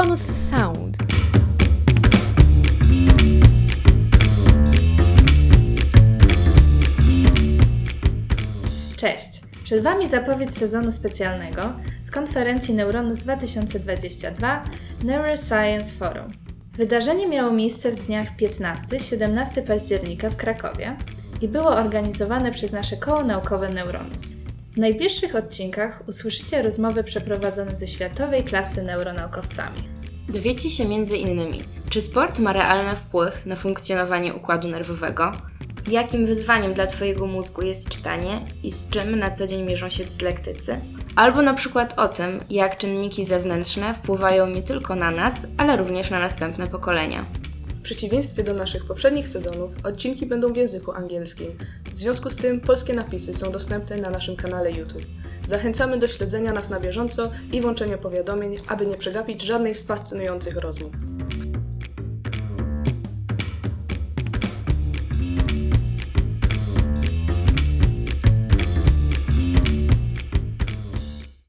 Sezonus Sound. Cześć! Przed Wami zapowiedź sezonu specjalnego z konferencji Neuronus 2022 Neuroscience Forum. Wydarzenie miało miejsce w dniach 15-17 października w Krakowie i było organizowane przez nasze koło naukowe Neuronus. W najbliższych odcinkach usłyszycie rozmowy przeprowadzone ze światowej klasy neuronaukowcami. Dowiecie się m.in. czy sport ma realny wpływ na funkcjonowanie układu nerwowego, jakim wyzwaniem dla Twojego mózgu jest czytanie i z czym na co dzień mierzą się dyslektycy, albo na przykład o tym, jak czynniki zewnętrzne wpływają nie tylko na nas, ale również na następne pokolenia. W przeciwieństwie do naszych poprzednich sezonów, odcinki będą w języku angielskim. W związku z tym polskie napisy są dostępne na naszym kanale YouTube. Zachęcamy do śledzenia nas na bieżąco i włączenia powiadomień, aby nie przegapić żadnej z fascynujących rozmów.